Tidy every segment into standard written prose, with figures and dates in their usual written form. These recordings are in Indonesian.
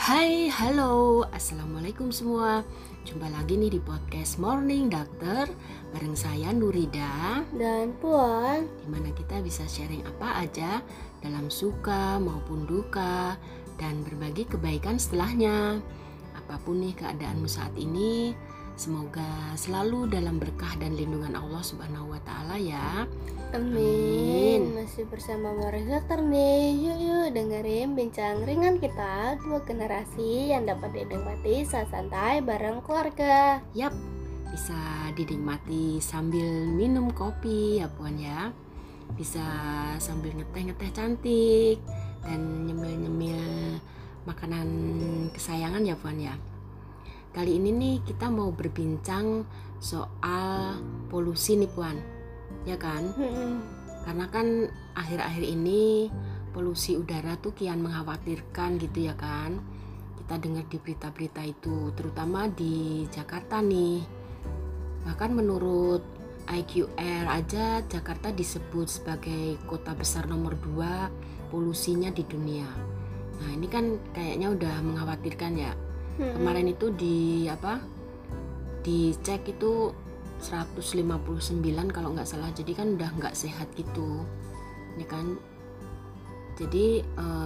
Hai, halo, assalamualaikum semua. Jumpa lagi nih di podcast Morning Doctor bareng saya Nurida, Dan Puan, dimana kita bisa sharing apa aja dalam suka maupun duka dan berbagi kebaikan setelahnya. Apapun nih keadaanmu saat ini, semoga selalu dalam berkah dan lindungan Allah Subhanahu wa Ta'ala ya. amin. Masih bersama Morning Doctor nih. Yuk dengerin bincang ringan kita, dua generasi yang dapat dinikmati saat santai bareng keluarga. Yap, bisa dinikmati sambil minum kopi ya Puan ya. Bisa sambil ngeteh-ngeteh cantik dan nyemil-nyemil makanan kesayangan ya Puan ya. Kali ini nih kita mau berbincang soal polusi nih Puan, ya kan? Karena kan akhir-akhir ini polusi udara tuh kian mengkhawatirkan gitu ya kan. Kita dengar di berita-berita itu, terutama di Jakarta nih. Bahkan menurut IQR aja Jakarta disebut sebagai kota besar nomor 2 polusinya di dunia. Nah ini kan kayaknya udah mengkhawatirkan ya. Kemarin itu dicek itu 159 kalau nggak salah, jadi kan udah nggak sehat gitu ya kan. Jadi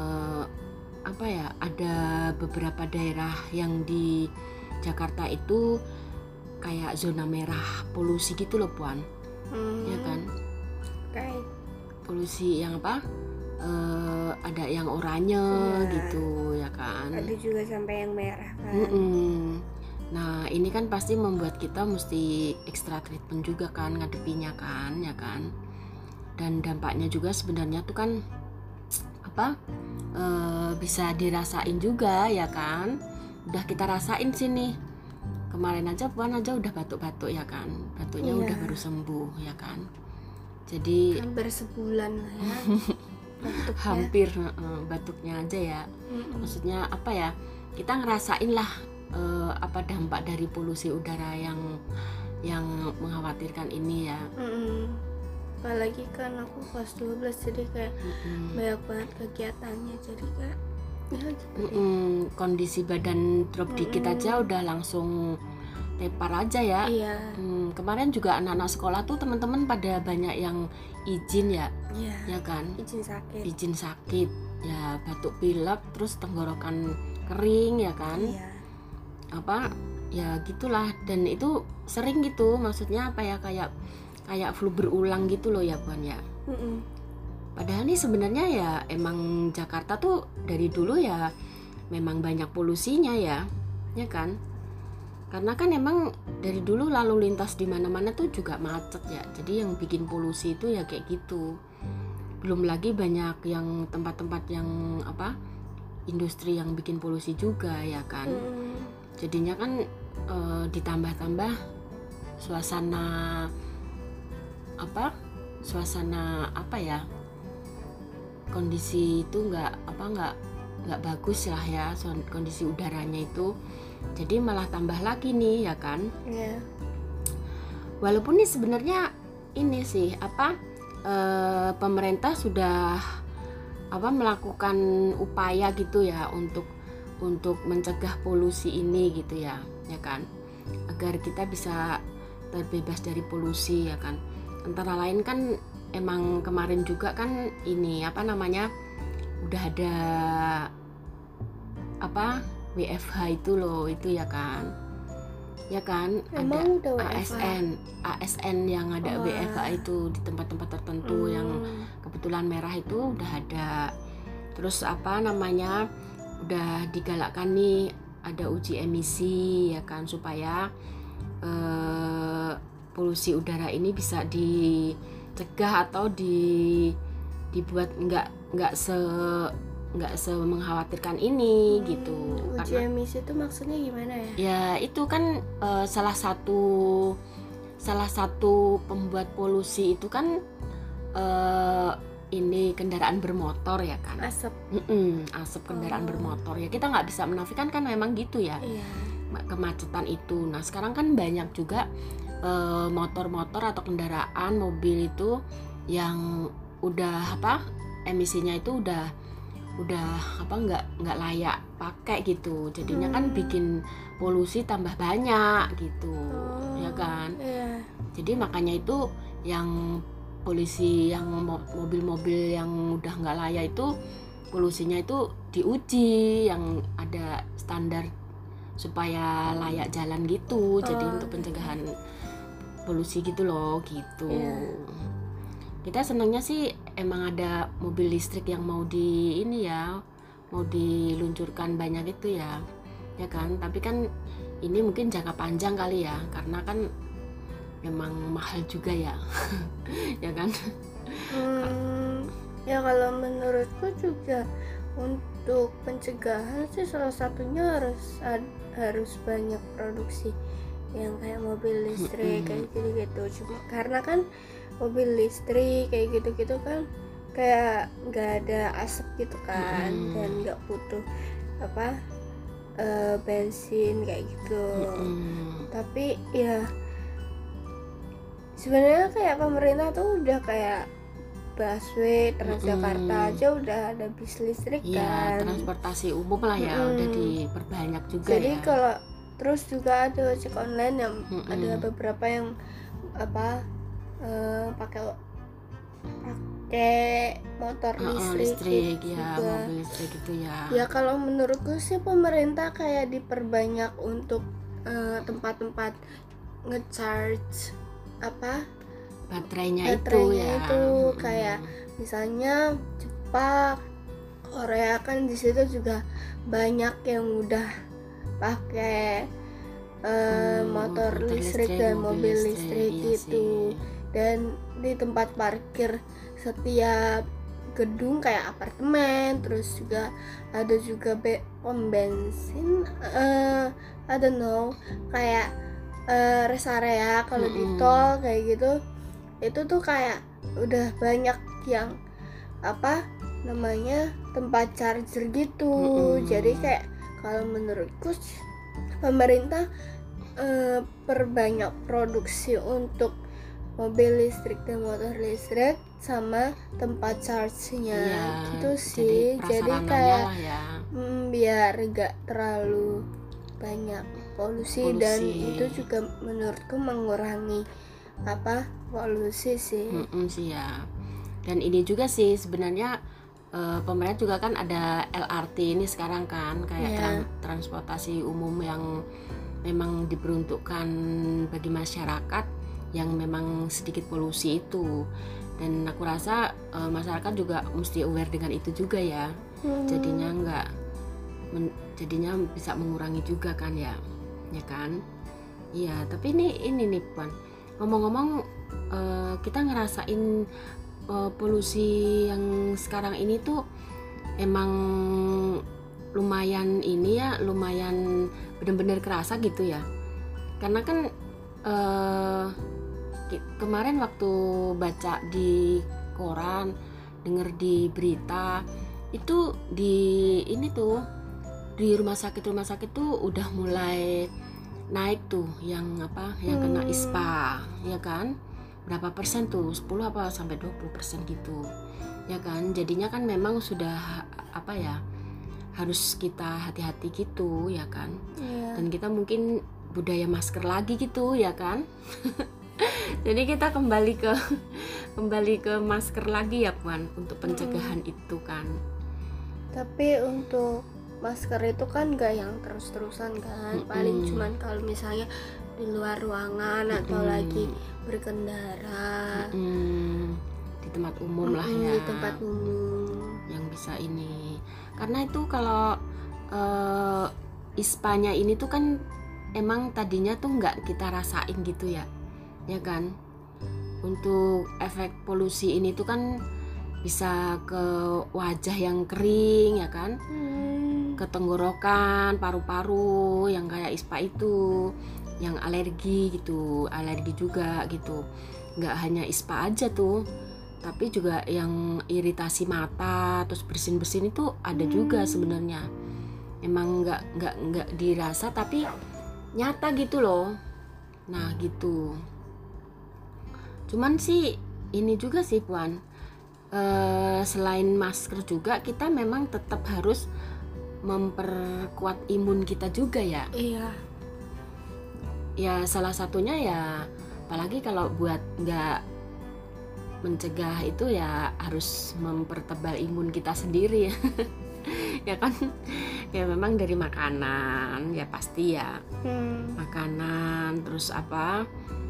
ada beberapa daerah yang di Jakarta itu kayak zona merah polusi gitu loh Puan, ya kan. Right. Polusi yang ada yang oranye gitu ya kan. Ada juga sampai yang merah kan. Nah ini kan pasti membuat kita mesti extra treatment juga kan ngadepinya kan ya kan. Dan dampaknya juga sebenarnya tuh kan bisa dirasain juga ya kan. Udah kita rasain sini. Kemarin aja Puan aja udah batuk-batuk ya kan. Batuknya udah baru sembuh ya kan. Jadi hampir sebulan lah ya. Batuknya. Hampir batuknya aja ya. Maksudnya apa ya? Kita ngerasain lah dampak dari polusi udara yang mengkhawatirkan ini ya. Apalagi kan aku kelas 12 jadi kayak banyak banget kegiatannya, jadi kayak ya gitu deh. Kondisi badan drop dikit aja udah langsung tepar aja ya. Iya. Kemarin juga anak-anak sekolah tuh teman-teman pada banyak yang izin ya, Iya. ya kan? Izin sakit. Ya, batuk pilek terus tenggorokan kering ya kan. Iya. Ya gitulah, dan itu sering gitu, maksudnya kayak flu berulang gitu loh ya Puan ya. Padahal nih sebenarnya ya emang Jakarta tuh dari dulu ya memang banyak polusinya ya kan. Karena kan emang dari dulu lalu lintas di mana-mana tuh juga macet ya. Jadi yang bikin polusi itu ya kayak gitu. Belum lagi banyak yang tempat-tempat yang industri yang bikin polusi juga ya kan. Jadinya kan ditambah-tambah suasana kondisi itu nggak bagus lah ya, kondisi udaranya itu. Jadi malah tambah lagi nih ya kan. Walaupun nih sebenarnya ini sih pemerintah sudah melakukan upaya gitu ya untuk mencegah polusi ini gitu ya kan, agar kita bisa terbebas dari polusi ya kan. Antara lain kan emang kemarin juga kan ini udah ada WFH itu loh, itu ya kan Emang ada udah WFH? ASN yang ada WFH itu di tempat-tempat tertentu yang kebetulan merah itu udah ada. Terus udah digalakkan nih ada uji emisi ya kan, supaya polusi udara ini bisa dicegah atau dibuat nggak mengkhawatirkan ini gitu. Uji emisi itu maksudnya gimana ya? Ya itu kan salah satu pembuat polusi itu kan ini kendaraan bermotor ya kan. Asap kendaraan bermotor ya, kita nggak bisa menafikan kan memang gitu ya. Kemacetan itu. Nah sekarang kan banyak juga motor-motor atau kendaraan mobil itu yang udah emisinya itu udah apa nggak layak pakai gitu, jadinya kan bikin polusi tambah banyak gitu, ya kan. Iya. Jadi makanya itu yang polusi yang mobil-mobil yang udah nggak layak itu polusinya itu diuji yang ada standar supaya layak jalan gitu. Jadi untuk pencegahan polusi gitu loh gitu. Kita senangnya sih emang ada mobil listrik yang mau mau diluncurkan banyak itu ya kan. Tapi kan ini mungkin jangka panjang kali ya, karena kan memang mahal juga ya. Ya kan. Ya kalau menurutku juga untuk pencegahan sih salah satunya harus banyak produksi yang kayak mobil listrik kayak gitu. Cuma karena kan mobil listrik kayak gitu kan kayak nggak ada asap gitu kan, dan nggak butuh bensin kayak gitu. Tapi ya sebenarnya kayak pemerintah tuh udah kayak busway Transjakarta aja udah ada bis listrik kan. Transportasi umum lah ya udah diperbanyak juga. Jadi ya. kalau terus juga ada ojek online yang ada beberapa yang pakai motor listrik ya, juga. mobil listrik gitu ya. Ya kalau menurutku sih pemerintah kayak diperbanyak untuk tempat-tempat ngecharge baterainya itu kayak misalnya Jepang, Korea kan di situ juga banyak yang udah pakai motor listrik dan mobil listrik gitu. Dan di tempat parkir setiap gedung kayak apartemen, terus juga ada juga pom bensin, I don't know, kayak rest area kalau di tol kayak gitu. Itu tuh kayak udah banyak yang tempat charger gitu. Jadi kayak kalau menurutku pemerintah perbanyak produksi untuk mobil listrik dan motor listrik sama tempat charge-nya gitu sih. Jadi kayak biar gak terlalu banyak polusi dan itu juga menurutku mengurangi polusi sih. Sih ya. Dan ini juga sih sebenarnya pemerintah juga kan ada LRT ini sekarang kan kayak transportasi umum yang memang diperuntukkan bagi masyarakat yang memang sedikit polusi itu. Dan aku rasa masyarakat juga mesti aware dengan itu juga ya. Jadinya bisa mengurangi juga kan ya kan. Iya, tapi ini nih Puan, ngomong-ngomong kita ngerasain polusi yang sekarang ini tuh emang lumayan benar-benar kerasa gitu ya. Karena kan kemarin waktu baca di koran, denger di berita itu di rumah sakit tuh udah mulai naik tuh yang kena ISPA ya kan. Berapa persen tuh, 10 sampai 20% gitu ya kan. Jadinya kan memang sudah harus kita hati-hati gitu ya kan. Dan kita mungkin budaya masker lagi gitu ya kan. Jadi kita kembali ke masker lagi ya Puan untuk pencegahan itu kan. Tapi untuk masker itu kan gak yang terus-terusan kan, paling cuman kalau misalnya di luar ruangan atau lagi berkendara di tempat umum lah ya, di tempat umum yang bisa ini. Karena itu kalau ISPA-nya ini tuh kan emang tadinya tuh nggak kita rasain gitu ya kan. Untuk efek polusi ini tuh kan bisa ke wajah yang kering ya kan, ke tenggorokan, paru-paru yang kayak ISPA itu, yang alergi juga gitu. Nggak hanya ISPA aja tuh, tapi juga yang iritasi mata, terus bersin-bersin itu ada juga sebenarnya. Emang nggak dirasa tapi nyata gitu loh. Nah gitu. Cuman sih ini juga sih Puan, selain masker juga kita memang tetap harus memperkuat imun kita juga ya. Iya. Ya salah satunya ya, apalagi kalau buat nggak mencegah itu ya harus mempertebal imun kita sendiri ya. Ya kan, ya memang dari makanan ya pasti ya, makanan, terus apa,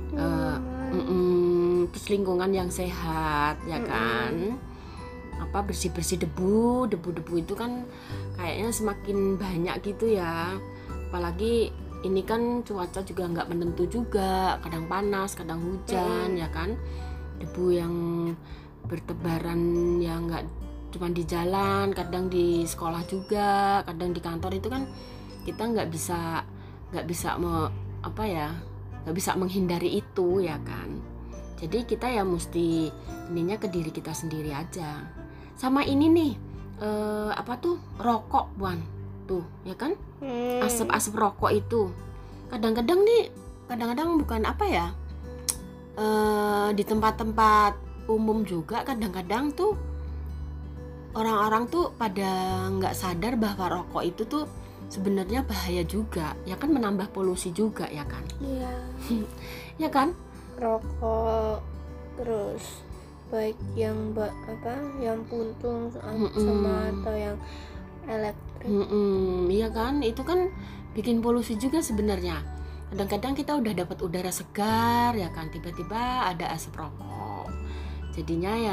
terus lingkungan yang sehat ya kan, apa bersih debu itu kan kayaknya semakin banyak gitu ya, apalagi ini kan cuaca juga nggak menentu juga, kadang panas kadang hujan ya kan, debu yang bertebaran yang nggak cuma di jalan, kadang di sekolah juga, kadang di kantor, itu kan kita nggak bisa nggak bisa menghindari itu ya kan. Jadi kita ya mesti ininya ke diri kita sendiri aja. Sama ini nih rokok Buan tuh ya kan, asap rokok itu kadang-kadang bukan di tempat-tempat umum juga kadang-kadang tuh orang-orang tuh pada nggak sadar bahwa rokok itu tuh sebenarnya bahaya juga ya kan, menambah polusi juga ya kan. Iya. Ya kan, rokok terus baik yang yang puntung sama atau yang elektrik. Iya kan, itu kan bikin polusi juga sebenarnya. Kadang-kadang kita udah dapat udara segar ya kan, tiba-tiba ada asap rokok, jadinya ya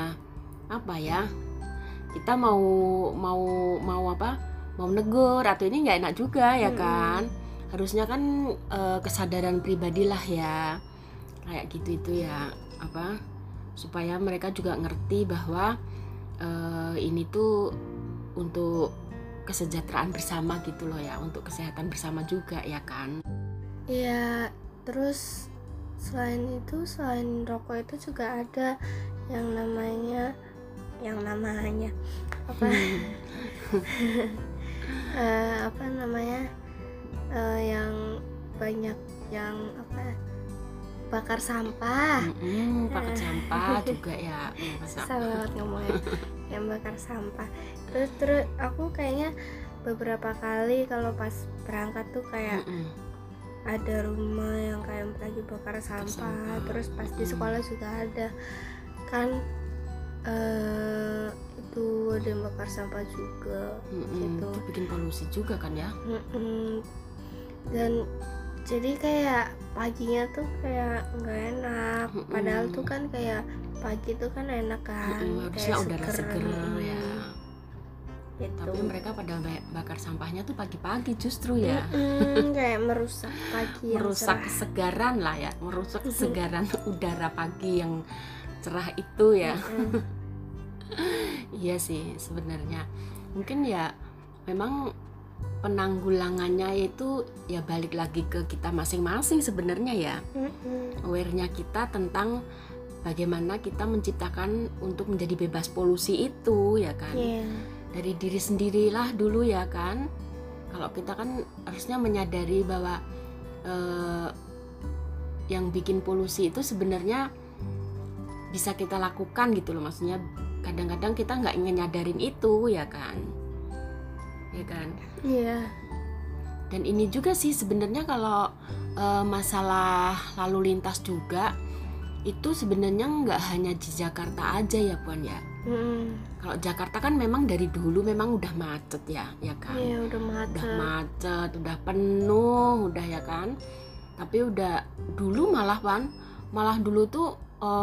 kita mau negur atau ini nggak enak juga ya kan. Harusnya kan kesadaran pribadi lah ya, kayak gitu itu ya, supaya mereka juga ngerti bahwa ini tuh untuk kesejahteraan bersama gitu loh ya, untuk kesehatan bersama juga ya kan. Iya, terus selain rokok itu juga ada yang namanya yang banyak yang bakar sampah. Bakar sampah juga ya. Salah banget ngomongnya. Yang bakar sampah. Terus aku kayaknya beberapa kali kalau pas berangkat tuh kayak ada rumah yang kayak lagi bakar sampah. Terus pas di sekolah juga ada kan, itu ada yang bakar sampah juga gitu. Itu bikin polusi juga kan ya. Dan jadi kayak paginya tuh kayak nggak enak, padahal tuh kan kayak pagi tuh kan enak kan, harusnya udara seger ya gitu. Tapi mereka pada bakar sampahnya tuh pagi-pagi justru ya. Kayak merusak pagi, merusak kesegaran lah ya, merusak kesegaran udara pagi yang cerah itu ya. Iya sih sebenarnya, mungkin ya memang penanggulangannya itu ya balik lagi ke kita masing-masing sebenarnya ya. Awarenya kita tentang bagaimana kita menciptakan untuk menjadi bebas polusi itu ya kan. Dari diri sendirilah dulu ya kan. Kalau kita kan harusnya menyadari bahwa yang bikin polusi itu sebenarnya bisa kita lakukan gitu loh, maksudnya kadang-kadang kita nggak ingin nyadarin itu ya kan. Ya kan? Iya. Dan ini juga sih sebenarnya kalau masalah lalu lintas juga itu sebenarnya nggak hanya di Jakarta aja ya Puan ya. Kalau Jakarta kan memang dari dulu memang udah macet ya kan. Iya, udah macet, udah penuh, udah ya kan. Tapi udah dulu malah dulu tuh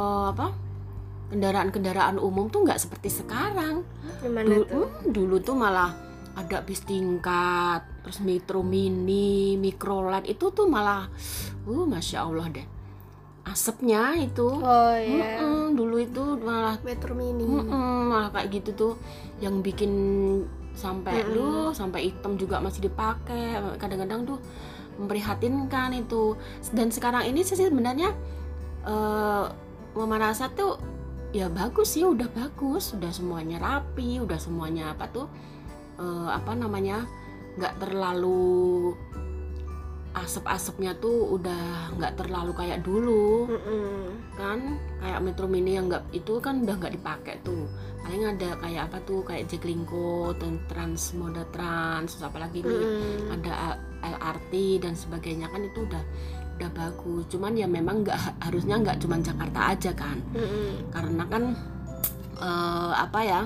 kendaraan umum tuh nggak seperti sekarang. Dulu tuh malah ada bis tingkat, terus metro mini, mikrolet, itu tuh malah masya Allah deh asapnya itu. Dulu itu malah metro mini, malah kayak gitu tuh yang bikin sampai hitam juga masih dipakai, kadang-kadang tuh memprihatinkan itu. Dan sekarang ini sih sebenarnya Mama rasa tuh ya bagus sih, udah bagus, udah semuanya rapi, udah semuanya nggak terlalu asap-asapnya tuh udah nggak terlalu kayak dulu kan, kayak Metro Mini yang nggak itu kan udah nggak dipakai tuh, paling ada kayak apa tuh kayak Jaklingko dan Transmoda Trans, apalagi ini ada LRT dan sebagainya kan, itu udah bagus. Cuman ya memang harusnya nggak cuma Jakarta aja kan, karena kan apa ya,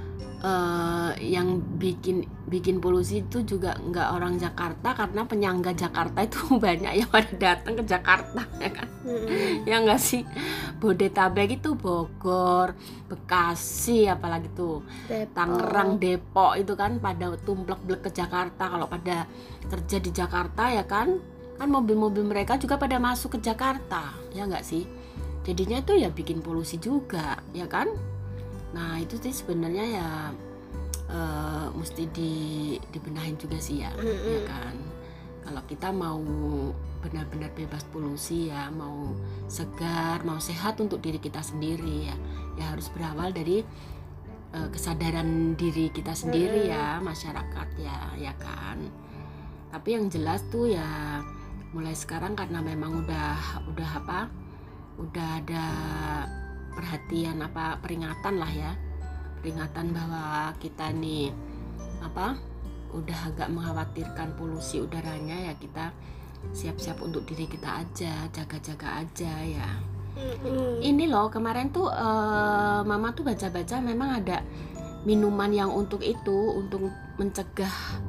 yang bikin polusi itu juga nggak orang Jakarta, karena penyangga Jakarta itu banyak yang pada datang ke Jakarta ya kan. Ya nggak sih, Bodetabek itu Bogor, Bekasi, apalagi tuh Tangerang, Depok itu kan pada tumplek-blek ke Jakarta kalau pada kerja di Jakarta ya kan mobil-mobil mereka juga pada masuk ke Jakarta ya nggak sih, jadinya itu ya bikin polusi juga ya kan. Nah itu sih sebenarnya ya mesti dibenahin juga sih ya, ya kan. Kalau kita mau benar-benar bebas polusi ya, mau segar, mau sehat untuk diri kita sendiri ya harus berawal dari kesadaran diri kita sendiri ya, masyarakat ya kan. Tapi yang jelas tuh ya mulai sekarang karena memang udah ada perhatian peringatan lah ya, peringatan bahwa kita nih udah agak mengkhawatirkan polusi udaranya ya, kita siap-siap untuk diri kita aja, jaga-jaga aja ya. Ini loh kemarin tuh mama tuh baca-baca memang ada minuman yang untuk itu, untuk mencegah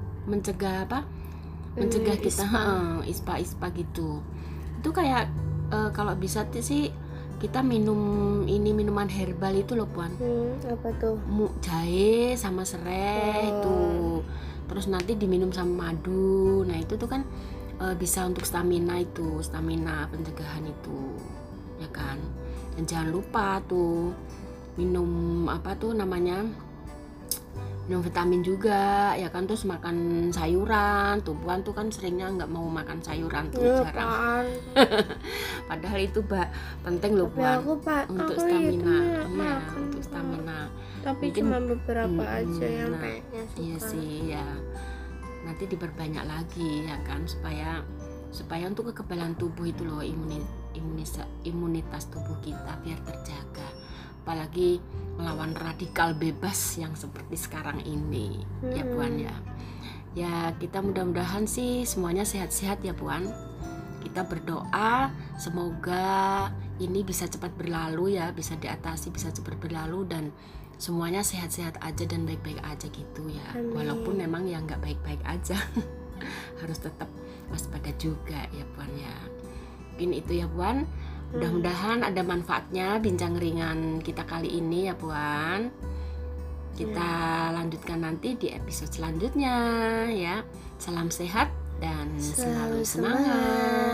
kita ispa gitu. Itu kayak kalau bisa sih kita minum ini minuman herbal itu loh Puan. Apa tuh? Jahe sama serai itu. Terus nanti diminum sama madu. Nah itu tuh kan bisa untuk stamina pencegahan itu ya kan. Dan jangan lupa tuh minum minum vitamin juga ya kan, terus makan sayuran tuh. Puan tuh kan seringnya nggak mau makan sayuran tuh, jarang. Padahal itu penting loh Puan untuk stamina untuk stamina. Tapi mungkin cuma beberapa aja yang kayaknya suka. Iya sih ya, nanti diperbanyak lagi ya kan, supaya untuk kekebalan tubuh itu loh, imunitas tubuh kita biar terjaga, apalagi melawan radikal bebas yang seperti sekarang ini ya Puan ya kita mudah-mudahan sih semuanya sehat-sehat ya Puan. Kita berdoa semoga ini bisa cepat berlalu ya, bisa diatasi, bisa cepat berlalu dan semuanya sehat-sehat aja dan baik-baik aja gitu ya. Walaupun memang ya nggak baik-baik aja harus tetap waspada juga ya Puan ya. Mungkin itu ya Puan. Mudah-mudahan ada manfaatnya bincang ringan kita kali ini ya Puan. Kita lanjutkan nanti di episode selanjutnya ya. Salam sehat dan selalu semangat.